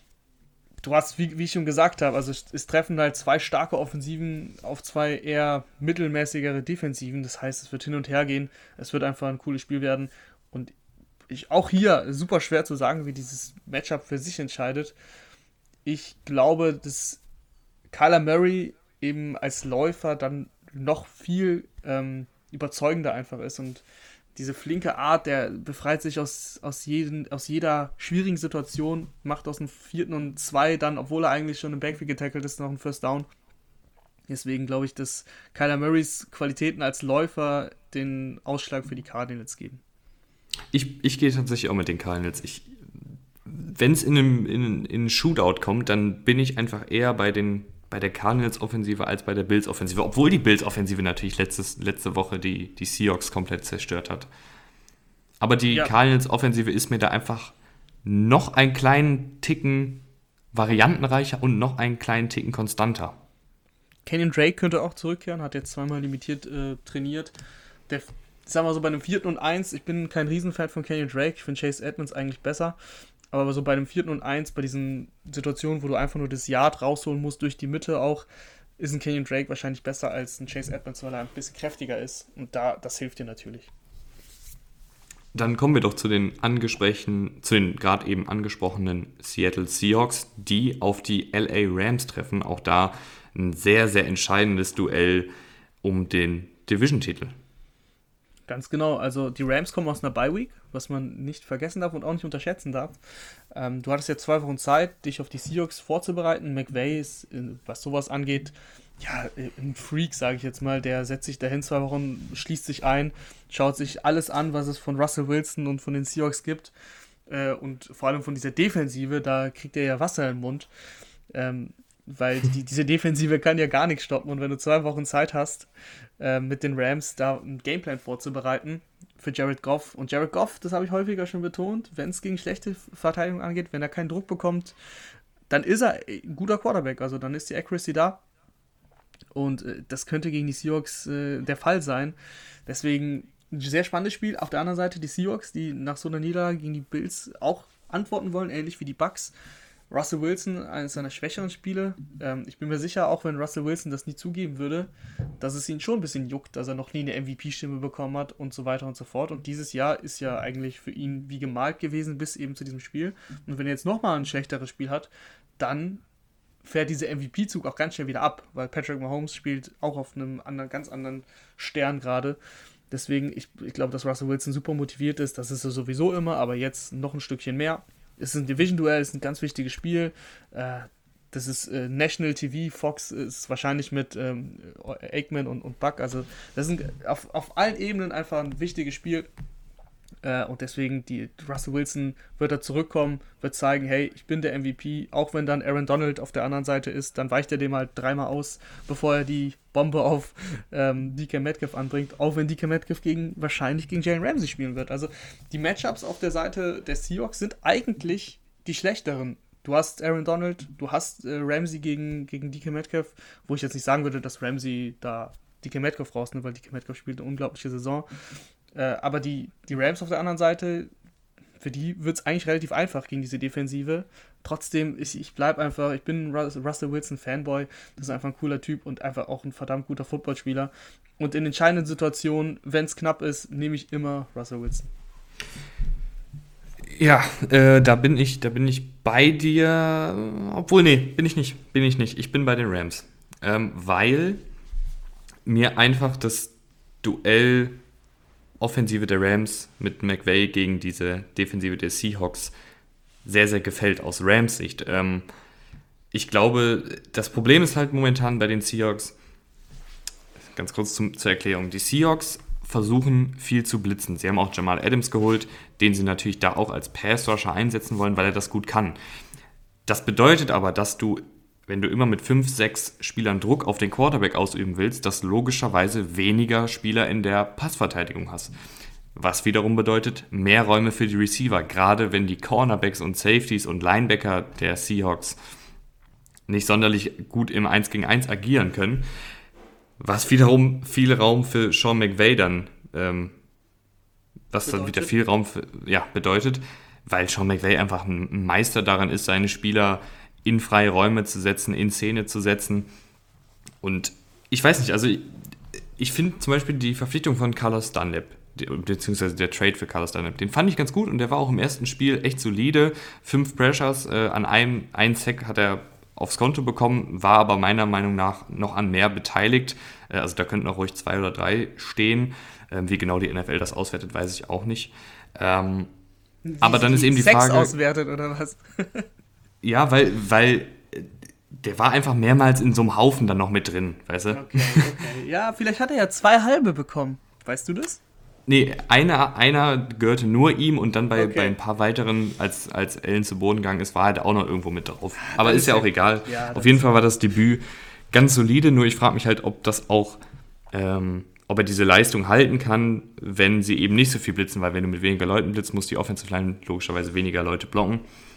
Du hast, wie, wie ich schon gesagt habe, also es, es treffen halt zwei starke Offensiven auf zwei eher mittelmäßigere Defensiven. Das heißt, es wird hin und her gehen. Es wird einfach ein cooles Spiel werden. Und ich, auch hier super schwer zu sagen, wie dieses Matchup für sich entscheidet. Ich glaube, dass Kyler Murray eben als Läufer dann noch viel ähm, überzeugender einfach ist und diese flinke Art, der befreit sich aus, aus, jeden, aus jeder schwierigen Situation, macht aus dem vierten und zwei dann, obwohl er eigentlich schon im Backfield getackelt ist, noch einen First Down. Deswegen glaube ich, dass Kyler Murrays Qualitäten als Läufer den Ausschlag für die Cardinals geben. Ich, ich gehe tatsächlich auch mit den Cardinals. Ich, wenn es in einen in, in Shootout kommt, dann bin ich einfach eher bei den bei der Cardinals-Offensive als bei der Bills-Offensive, obwohl die Bills-Offensive natürlich letztes, letzte Woche die, die Seahawks komplett zerstört hat. Aber die ja. Cardinals-Offensive ist mir da einfach noch einen kleinen Ticken variantenreicher und noch einen kleinen Ticken konstanter. Kenyon Drake könnte auch zurückkehren, hat jetzt zweimal limitiert äh, trainiert. Der, sagen wir so, bei einem vierten und eins, ich bin kein Riesenfan von Kenyon Drake, ich finde Chase Edmonds eigentlich besser. Aber so bei dem vierten und eins, bei diesen Situationen, wo du einfach nur das Yard rausholen musst, durch die Mitte auch, ist ein Kenyon Drake wahrscheinlich besser als ein Chase Edmonds, weil er ein bisschen kräftiger ist. Und da, das hilft dir natürlich. Dann kommen wir doch zu den angesprochenen, zu den gerade eben angesprochenen Seattle Seahawks, die auf die L A Rams treffen. Auch da ein sehr, sehr entscheidendes Duell um den Division-Titel. Ganz genau, also die Rams kommen aus einer Bye-Week, was man nicht vergessen darf und auch nicht unterschätzen darf. Ähm, du hattest jetzt zwei Wochen Zeit, dich auf die Seahawks vorzubereiten. McVay ist, was sowas angeht, ja, ein Freak, sage ich jetzt mal. Der setzt sich dahin zwei Wochen, schließt sich ein, schaut sich alles an, was es von Russell Wilson und von den Seahawks gibt. Äh, und vor allem von dieser Defensive, da kriegt er ja Wasser im Mund. Ähm, weil die, diese Defensive kann ja gar nichts stoppen und wenn du zwei Wochen Zeit hast, äh, mit den Rams da einen Gameplan vorzubereiten für Jared Goff, und Jared Goff, das habe ich häufiger schon betont, wenn es gegen schlechte Verteidigung angeht, wenn er keinen Druck bekommt, dann ist er ein guter Quarterback, also dann ist die Accuracy da und äh, das könnte gegen die Seahawks äh, der Fall sein, deswegen ein sehr spannendes Spiel. Auf der anderen Seite die Seahawks, die nach so einer Niederlage gegen die Bills auch antworten wollen, ähnlich wie die Bucks. Russell Wilson, eines seiner schwächeren Spiele. Ähm, ich bin mir sicher, auch wenn Russell Wilson das nie zugeben würde, dass es ihn schon ein bisschen juckt, dass er noch nie eine M V P-Stimme bekommen hat und so weiter und so fort. Und dieses Jahr ist ja eigentlich für ihn wie gemalt gewesen, bis eben zu diesem Spiel. Und wenn er jetzt nochmal ein schlechteres Spiel hat, dann fährt dieser M V P-Zug auch ganz schnell wieder ab, weil Patrick Mahomes spielt auch auf einem anderen, ganz anderen Stern gerade. Deswegen, ich, ich glaube, dass Russell Wilson super motiviert ist. Das ist er sowieso immer, aber jetzt noch ein Stückchen mehr. Es ist ein Division-Duell, es ist ein ganz wichtiges Spiel. Äh, das ist äh, National T V, Fox ist wahrscheinlich mit ähm, Aikman und, und Buck. Also das ist ein, auf, auf allen Ebenen einfach ein wichtiges Spiel. Äh, und deswegen, die Russell Wilson wird da zurückkommen, wird zeigen, hey, ich bin der M V P. Auch wenn dann Aaron Donald auf der anderen Seite ist, dann weicht er dem halt dreimal aus, bevor er die Bombe auf ähm, D K Metcalf anbringt. Auch wenn D K Metcalf gegen, wahrscheinlich gegen Jalen Ramsey spielen wird. Also die Matchups auf der Seite der Seahawks sind eigentlich die schlechteren. Du hast Aaron Donald, du hast äh, Ramsey gegen, gegen D K Metcalf, wo ich jetzt nicht sagen würde, dass Ramsey da D K Metcalf rausnimmt, weil D K Metcalf spielt eine unglaubliche Saison. Äh, aber die, die Rams auf der anderen Seite, für die wird es eigentlich relativ einfach gegen diese Defensive. Trotzdem, ich, ich bleibe einfach, ich bin ein Russell Wilson Fanboy, das ist einfach ein cooler Typ und einfach auch ein verdammt guter Footballspieler. Und in entscheidenden Situationen, wenn es knapp ist, nehme ich immer Russell Wilson. Ja, äh, da bin ich, da bin ich bei dir. Obwohl, nee, bin ich nicht. Bin ich nicht. Ich bin bei den Rams. Ähm, weil mir einfach das Duell Offensive der Rams mit McVay gegen diese Defensive der Seahawks sehr, sehr gefällt aus Rams Sicht. Ähm, ich glaube, das Problem ist halt momentan bei den Seahawks, ganz kurz zum, zur Erklärung, die Seahawks versuchen viel zu blitzen. Sie haben auch Jamal Adams geholt, den sie natürlich da auch als Pass-Rusher einsetzen wollen, weil er das gut kann. Das bedeutet aber, dass du, wenn du immer mit fünf, sechs Spielern Druck auf den Quarterback ausüben willst, dass du logischerweise weniger Spieler in der Passverteidigung hast. Was wiederum bedeutet, mehr Räume für die Receiver, gerade wenn die Cornerbacks und Safeties und Linebacker der Seahawks nicht sonderlich gut im eins gegen eins agieren können. Was wiederum viel Raum für Sean McVay dann, ähm, was bedeutet. dann wieder viel Raum für, ja, bedeutet, weil Sean McVay einfach ein Meister daran ist, seine Spieler in freie Räume zu setzen, in Szene zu setzen. Und ich weiß nicht, also ich, ich finde zum Beispiel die Verpflichtung von Carlos Dunlap, beziehungsweise der Trade für Carlos Dunlap, den fand ich ganz gut und der war auch im ersten Spiel echt solide. Fünf Pressures, äh, an einem ein Sack hat er aufs Konto bekommen, war aber meiner Meinung nach noch an mehr beteiligt. Also da könnten auch ruhig zwei oder drei stehen. Wie genau die N F L das auswertet, weiß ich auch nicht. Ähm, aber dann ist eben die Sex Frage... auswertet oder was? Ja, weil, weil der war einfach mehrmals in so einem Haufen dann noch mit drin, weißt du? Okay, okay. Ja, vielleicht hat er ja zwei halbe bekommen. Weißt du das? Nee, einer, einer gehörte nur ihm und dann bei, Okay. bei ein paar weiteren, als, als Ellen zu Boden gegangen ist, war er da auch noch irgendwo mit drauf. Aber Das ist ist ja ja- auch egal. ja, das Auf jeden ist- Fall war das Debüt ganz solide, nur ich frage mich halt, ob das auch, ähm, ob er diese Leistung halten kann, wenn sie eben nicht so viel blitzen, weil wenn du mit weniger Leuten blitzt, muss die Offensive Line logischerweise weniger Leute blocken.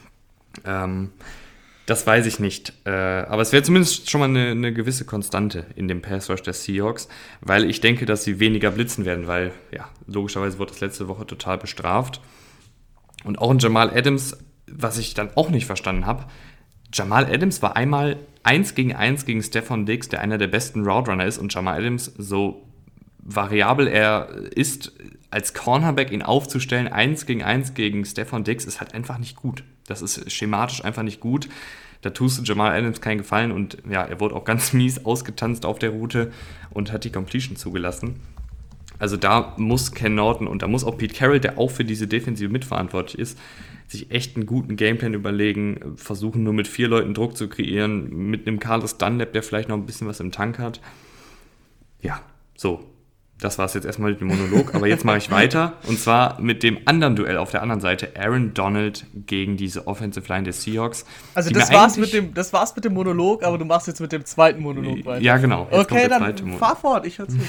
Ähm, das weiß ich nicht. Äh, aber es wäre zumindest schon mal eine, eine gewisse Konstante in dem Pass Rush der Seahawks, weil ich denke, dass sie weniger blitzen werden, weil ja, logischerweise wurde das letzte Woche total bestraft. Und auch ein Jamal Adams, was ich dann auch nicht verstanden habe, Jamal Adams war einmal eins gegen eins gegen Stephon Diggs, der einer der besten Route Runner ist, und Jamal Adams, so variabel er ist, als Cornerback ihn aufzustellen, eins gegen eins gegen Stephon Diggs, ist halt einfach nicht gut. Das ist schematisch einfach nicht gut. Da tust du Jamal Adams keinen Gefallen und ja, er wurde auch ganz mies ausgetanzt auf der Route und hat die Completion zugelassen. Also da muss Ken Norton und da muss auch Pete Carroll, der auch für diese Defensive mitverantwortlich ist, sich echt einen guten Gameplan überlegen, versuchen nur mit vier Leuten Druck zu kreieren, mit einem Carlos Dunlap, der vielleicht noch ein bisschen was im Tank hat. Ja, so. Das war es jetzt erstmal mit dem Monolog, aber jetzt mache ich weiter. Und zwar mit dem anderen Duell auf der anderen Seite, Aaron Donald gegen diese Offensive Line der Seahawks. Also die das mir war's, eigentlich- mit dem, das war's mit dem Monolog, aber du machst jetzt mit dem zweiten Monolog weiter. Ja, genau. Jetzt kommt Okay, der dann zweite Monolog. fahr fort, ich höre zu.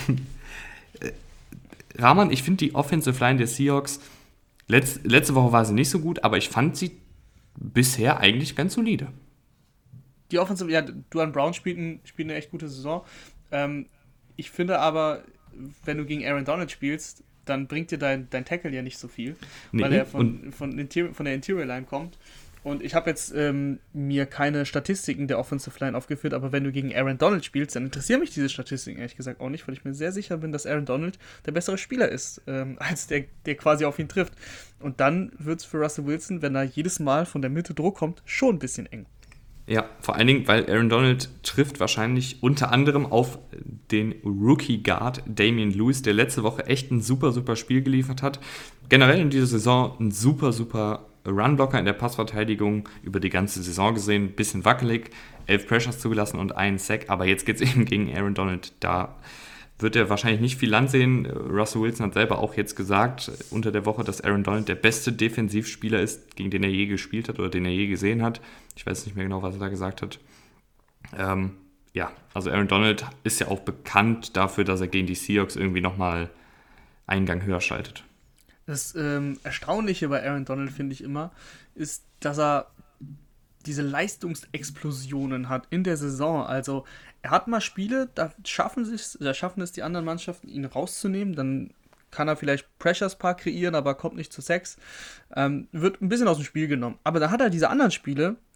Rahman, ich finde die Offensive Line der Seahawks, letz, letzte Woche war sie nicht so gut, aber ich fand sie bisher eigentlich ganz solide. Die Offensive, ja, Duan Brown spielt, ein, spielt eine echt gute Saison. Ähm, ich finde aber, wenn du gegen Aaron Donald spielst, dann bringt dir dein, dein Tackle ja nicht so viel, Nee, weil er von, und- von, Interior, von der Interior Line kommt. Und ich habe jetzt ähm, mir keine Statistiken der Offensive Line aufgeführt, aber wenn du gegen Aaron Donald spielst, dann interessieren mich diese Statistiken ehrlich gesagt auch nicht, weil ich mir sehr sicher bin, dass Aaron Donald der bessere Spieler ist, ähm, als der, der quasi auf ihn trifft. Und dann wird es für Russell Wilson, wenn er jedes Mal von der Mitte Druck kommt, schon ein bisschen eng. Ja, vor allen Dingen, weil Aaron Donald trifft wahrscheinlich unter anderem auf den Rookie Guard Damian Lewis, der letzte Woche echt ein super, super Spiel geliefert hat. Generell in dieser Saison ein super, super Runblocker in der Passverteidigung über die ganze Saison gesehen. Bisschen wackelig, elf Pressures zugelassen und einen Sack, aber jetzt geht es eben gegen Aaron Donald. Da wird er wahrscheinlich nicht viel Land sehen. Russell Wilson hat selber auch jetzt gesagt unter der Woche, dass Aaron Donald der beste Defensivspieler ist, gegen den er je gespielt hat oder den er je gesehen hat. Ich weiß nicht mehr genau, was er da gesagt hat. Ähm, ja, also Aaron Donald ist ja auch bekannt dafür, dass er gegen die Seahawks irgendwie nochmal einen Gang höher schaltet. Das ähm, Erstaunliche bei Aaron Donald, finde ich immer, ist, dass er diese Leistungsexplosionen hat in der Saison. Also er hat mal Spiele, da schaffen, sich, da schaffen es die anderen Mannschaften, ihn rauszunehmen. Dann kann er vielleicht Pressures paar kreieren, aber kommt nicht zu Sacks. Ähm, wird ein bisschen aus dem Spiel genommen. Aber dann hat er diese anderen Spiele,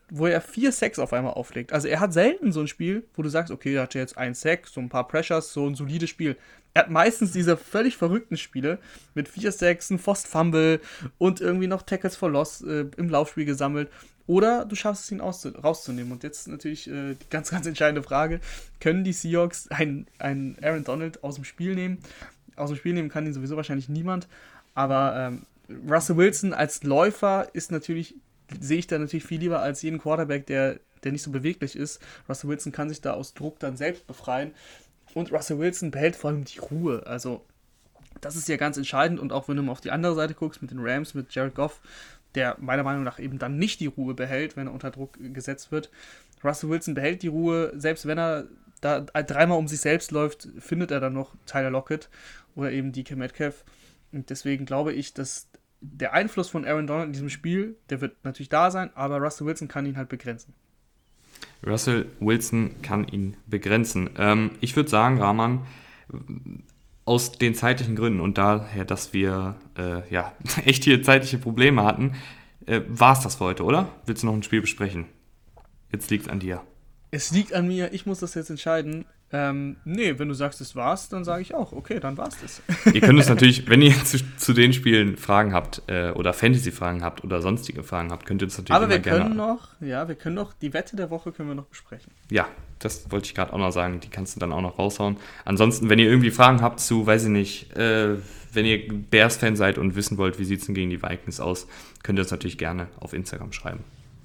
wo er vier Sacks auf einmal auflegt. Also er hat selten so ein Spiel, wo du sagst, okay, er hatte jetzt einen Sack, so ein paar Pressures, so ein solides Spiel. Er hat meistens diese völlig verrückten Spiele mit vier Sacks, ein Forced Fumble und irgendwie noch Tackles for Loss äh, im Laufspiel gesammelt. Oder du schaffst es, ihn auszu- rauszunehmen. Und jetzt natürlich äh, die ganz, ganz entscheidende Frage, können die Seahawks einen, einen Aaron Donald aus dem Spiel nehmen? Aus dem Spiel nehmen kann ihn sowieso wahrscheinlich niemand. Aber ähm, Russell Wilson als Läufer ist natürlich, sehe ich da natürlich viel lieber als jeden Quarterback, der, der nicht so beweglich ist. Russell Wilson kann sich da aus Druck dann selbst befreien. Und Russell Wilson behält vor allem die Ruhe. Also das ist ja ganz entscheidend. Und auch wenn du mal auf die andere Seite guckst mit den Rams, mit Jared Goff, der meiner Meinung nach eben dann nicht die Ruhe behält, wenn er unter Druck gesetzt wird. Russell Wilson behält die Ruhe, selbst wenn er da dreimal um sich selbst läuft, findet er dann noch Tyler Lockett oder eben D K Metcalf. Und deswegen glaube ich, dass der Einfluss von Aaron Donald in diesem Spiel, der wird natürlich da sein, aber Russell Wilson kann ihn halt begrenzen. Russell Wilson kann ihn begrenzen. Ähm, ich würde sagen, Rahman, aus den zeitlichen Gründen und daher, dass wir äh, ja echt hier zeitliche Probleme hatten, äh, war es das für heute, oder? Willst du noch ein Spiel besprechen? Jetzt liegt es an dir. Es liegt an mir, ich muss das jetzt entscheiden. Ähm, nee, wenn du sagst, es war's, dann sage ich auch, okay, dann war's das. Ihr könnt es natürlich, wenn ihr zu, zu den Spielen Fragen habt äh, oder Fantasy-Fragen habt oder sonstige Fragen habt, könnt ihr das natürlich Aber immer wir können gerne... noch, ja, wir können noch, die Wette der Woche können wir noch besprechen. Ja, das wollte ich gerade auch noch sagen, die kannst du dann auch noch raushauen. Ansonsten, wenn ihr irgendwie Fragen habt zu, weiß ich nicht, äh, wenn ihr Bears-Fan seid und wissen wollt, wie sieht es denn gegen die Vikings aus, könnt ihr das natürlich gerne auf Instagram schreiben.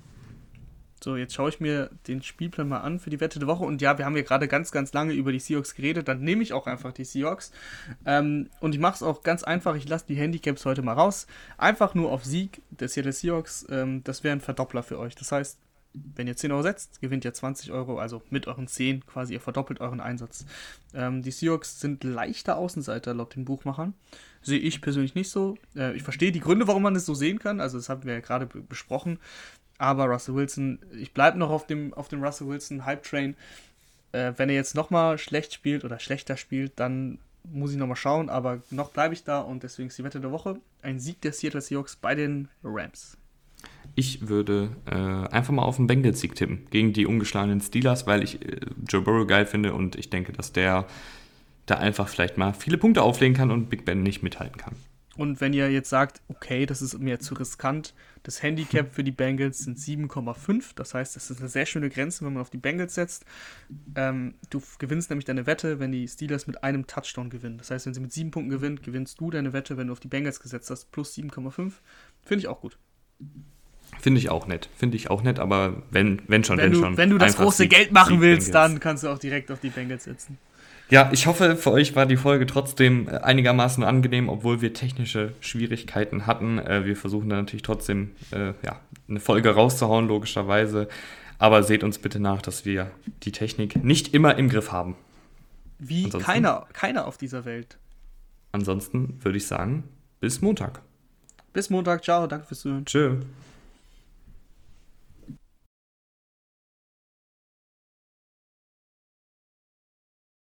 So, jetzt schaue ich mir den Spielplan mal an für die Wette der Woche. Und ja, wir haben ja gerade ganz, ganz lange über die Seahawks geredet. Dann nehme ich auch einfach die Seahawks. Ähm, und ich mache es auch ganz einfach. Ich lasse die Handicaps heute mal raus. Einfach nur auf Sieg des Seattle Seahawks. Ähm, das wäre ein Verdoppler für euch. Das heißt, wenn ihr zehn Euro setzt, gewinnt ihr zwanzig Euro. Also mit euren zehn quasi. Ihr verdoppelt euren Einsatz. Ähm, die Seahawks sind leichter Außenseiter laut den Buchmachern. Sehe ich persönlich nicht so. Äh, ich verstehe die Gründe, warum man das so sehen kann. Also das haben wir ja gerade b- besprochen. Aber Russell Wilson, ich bleibe noch auf dem, auf dem Russell Wilson Hype-Train. Äh, wenn er jetzt nochmal schlecht spielt oder schlechter spielt, dann muss ich nochmal schauen. Aber noch bleibe ich da und deswegen ist die Wette der Woche ein Sieg der Seattle Seahawks bei den Rams. Ich würde äh, einfach mal auf den Bengals-Sieg tippen gegen die ungeschlagenen Steelers, weil ich äh, Joe Burrow geil finde und ich denke, dass der da einfach vielleicht mal viele Punkte auflegen kann und Big Ben nicht mithalten kann. Und wenn ihr jetzt sagt, okay, das ist mir zu riskant, das Handicap für die Bengals sind sieben Komma fünf. Das heißt, das ist eine sehr schöne Grenze, wenn man auf die Bengals setzt. Ähm, du gewinnst nämlich deine Wette, wenn die Steelers mit einem Touchdown gewinnen. Das heißt, wenn sie mit sieben Punkten gewinnen, gewinnst du deine Wette, wenn du auf die Bengals gesetzt hast, plus sieben Komma fünf. Finde ich auch gut. Finde ich auch nett. Finde ich auch nett, aber wenn, wenn schon, wenn, wenn du, schon. Wenn du das große Sieg, Geld machen Sieg willst, Bengals. dann kannst du auch direkt auf die Bengals setzen. Ja, ich hoffe, für euch war die Folge trotzdem einigermaßen angenehm, obwohl wir technische Schwierigkeiten hatten. Wir versuchen dann natürlich trotzdem äh, ja, eine Folge rauszuhauen, logischerweise. Aber seht uns bitte nach, dass wir die Technik nicht immer im Griff haben. Wie keiner, keiner auf dieser Welt. Ansonsten würde ich sagen, bis Montag. Bis Montag, ciao, danke fürs Zuhören. Tschö.